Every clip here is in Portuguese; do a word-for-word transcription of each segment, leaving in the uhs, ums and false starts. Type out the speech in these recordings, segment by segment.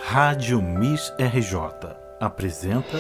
Rádio Miss R J apresenta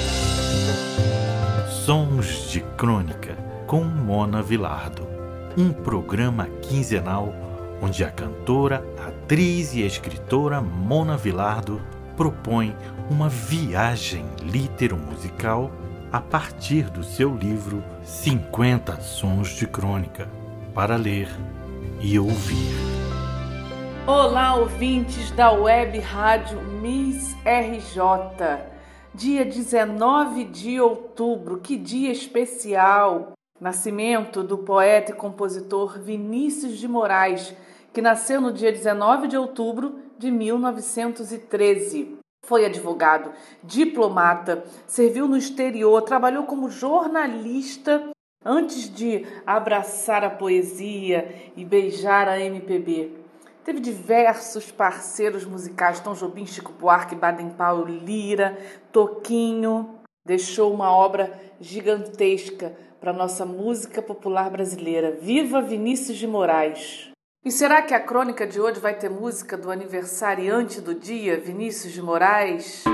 Sons de Crônica com Mona Vilardo, um programa quinzenal onde a cantora, atriz e escritora Mona Vilardo propõe uma viagem litero-musical a partir do seu livro cinquenta Sons de Crônica, para ler e ouvir. Olá, ouvintes da Web Rádio Miss R J. Dia dezenove de outubro, que dia especial! Nascimento do poeta e compositor Vinícius de Moraes, que nasceu no dia dezenove de outubro de mil novecentos e treze. Foi advogado, diplomata, serviu no exterior, trabalhou como jornalista antes de abraçar a poesia e beijar a M P B. Teve diversos parceiros musicais, Tom Jobim, Chico Buarque, Baden Powell, Lira, Toquinho. Deixou uma obra gigantesca para a nossa música popular brasileira. Viva Vinícius de Moraes! E será que a crônica de hoje vai ter música do aniversariante do dia, Vinícius de Moraes?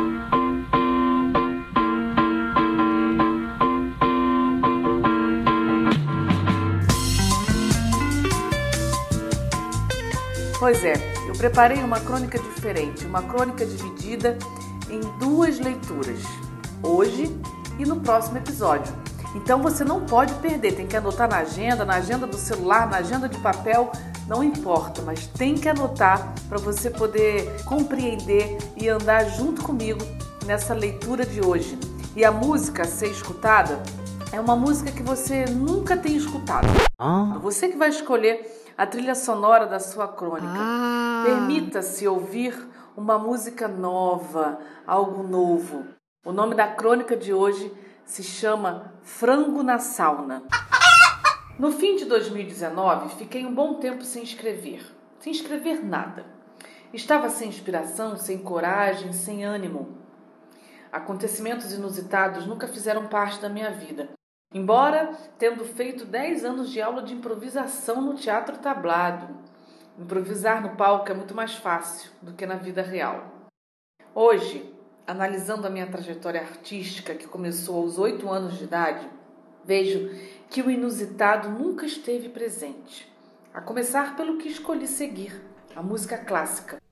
Pois é, eu preparei uma crônica diferente, uma crônica dividida em duas leituras, hoje e no próximo episódio. Então você não pode perder, tem que anotar na agenda, na agenda do celular, na agenda de papel, não importa, mas tem que anotar para você poder compreender e andar junto comigo nessa leitura de hoje. E a música a ser escutada é uma música que você nunca tem escutado. Ah. Você que vai escolher a trilha sonora da sua crônica. Ah. Permita-se ouvir uma música nova, algo novo. O nome da crônica de hoje se chama Frango na Sauna. No fim de dois mil e dezenove, fiquei um bom tempo sem escrever. Sem escrever nada. Estava sem inspiração, sem coragem, sem ânimo. Acontecimentos inusitados nunca fizeram parte da minha vida. Embora tendo feito dez anos de aula de improvisação no teatro tablado. Improvisar no palco é muito mais fácil do que na vida real. Hoje, analisando a minha trajetória artística, que começou aos oito anos de idade, vejo que o inusitado nunca esteve presente. A começar pelo que escolhi seguir, a música clássica.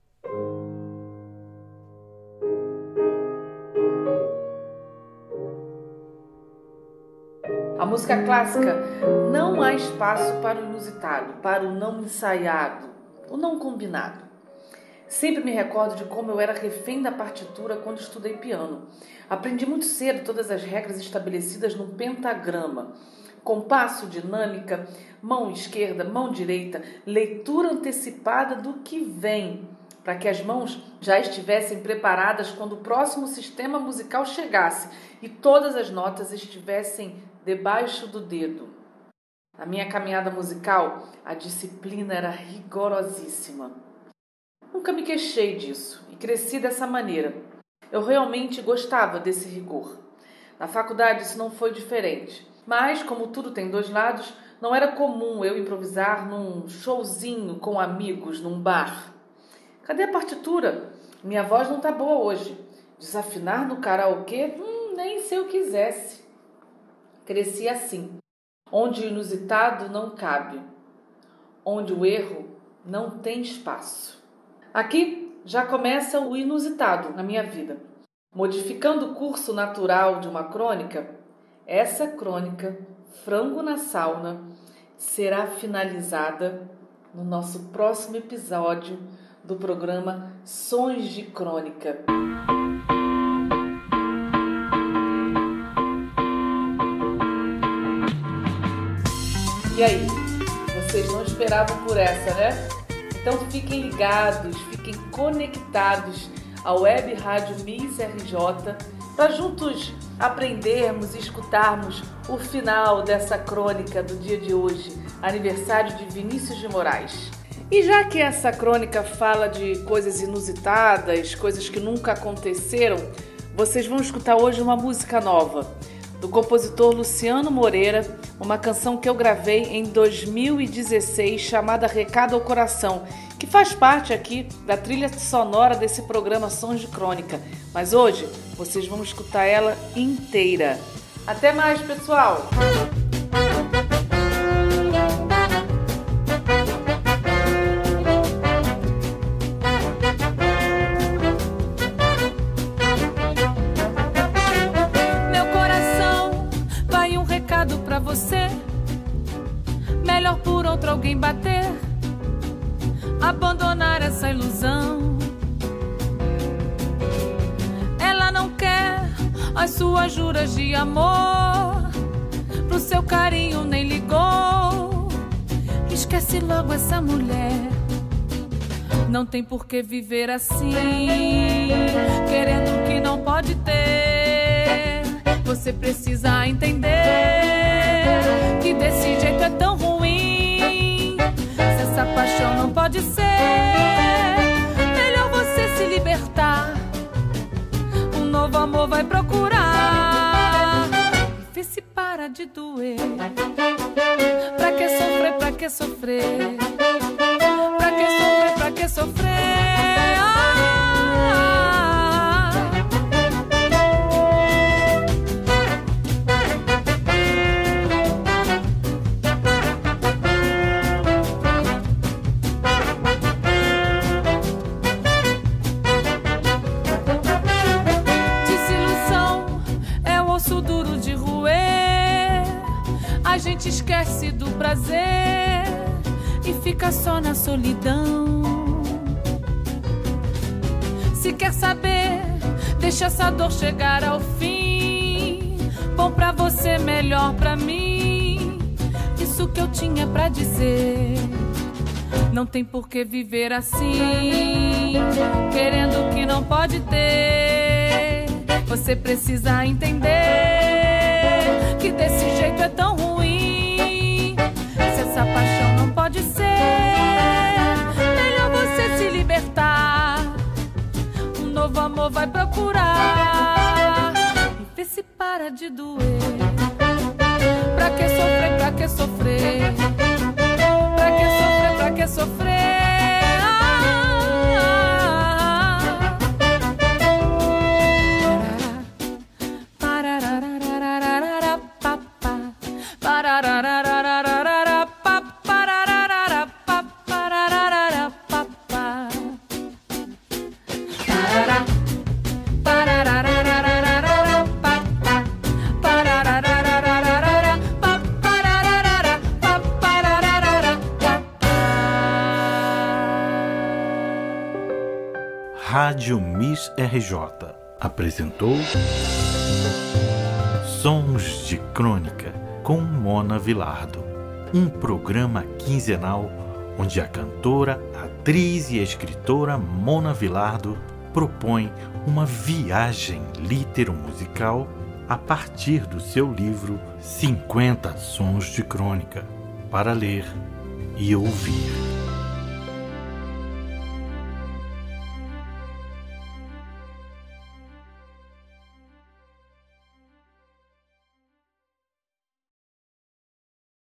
A música clássica não há espaço para o inusitado, para o não ensaiado, o não combinado. Sempre me recordo de como eu era refém da partitura quando estudei piano. Aprendi muito cedo todas as regras estabelecidas num pentagrama. Compasso, dinâmica, mão esquerda, mão direita, leitura antecipada do que vem, para que as mãos já estivessem preparadas quando o próximo sistema musical chegasse e todas as notas estivessem debaixo do dedo. Na minha caminhada musical, a disciplina era rigorosíssima. Nunca me queixei disso e cresci dessa maneira. Eu realmente gostava desse rigor. Na faculdade isso não foi diferente. Mas, como tudo tem dois lados, não era comum eu improvisar num showzinho com amigos, num bar. Cadê a partitura? Minha voz não tá boa hoje. Desafinar no karaokê? Hum, nem se eu quisesse. Cresci assim, onde o inusitado não cabe, onde o erro não tem espaço. Aqui já começa o inusitado na minha vida. Modificando o curso natural de uma crônica, essa crônica, Frango na Sauna, será finalizada no nosso próximo episódio do programa Sons de Crônica. E aí, vocês não esperavam por essa, né? Então fiquem ligados, fiquem conectados à Web Rádio Miss R J para juntos aprendermos e escutarmos o final dessa crônica do dia de hoje, aniversário de Vinícius de Moraes. E já que essa crônica fala de coisas inusitadas, coisas que nunca aconteceram, vocês vão escutar hoje uma música nova, do compositor Luciano Moreira, uma canção que eu gravei em dois mil e dezesseis chamada Recado ao Coração, que faz parte aqui da trilha sonora desse programa Sons de Crônica. Mas hoje vocês vão escutar ela inteira. Até mais, pessoal! Você, melhor por outro alguém bater, abandonar essa ilusão. Ela não quer as suas juras de amor, pro seu carinho nem ligou. Esquece logo essa mulher, não tem por que viver assim, querendo o que não pode ter. Você precisa entender que desse jeito é tão ruim. Se essa paixão não pode ser, melhor você se libertar. Um novo amor vai procurar. Vê se para de doer. Pra que sofrer, pra que sofrer? Pra que sofrer, pra que sofrer? Ah! A gente esquece do prazer e fica só na solidão. Se quer saber, deixa essa dor chegar ao fim. Bom pra você, melhor pra mim. Isso que eu tinha pra dizer. Não tem por que viver assim, querendo o que não pode ter. Você precisa entender que desse jeito é tão ruim. Se essa paixão não pode ser, melhor você se libertar. Um novo amor vai procurar. E vê se para de doer. Pra que sofrer, pra que sofrer? Pra que sofrer, pra que sofrer? Rádio Miss R J apresentou Sons de Crônica com Mona Vilardo, um programa quinzenal onde a cantora, atriz e escritora Mona Vilardo propõe uma viagem litero-musical a partir do seu livro cinquenta Sons de Crônica, para ler e ouvir.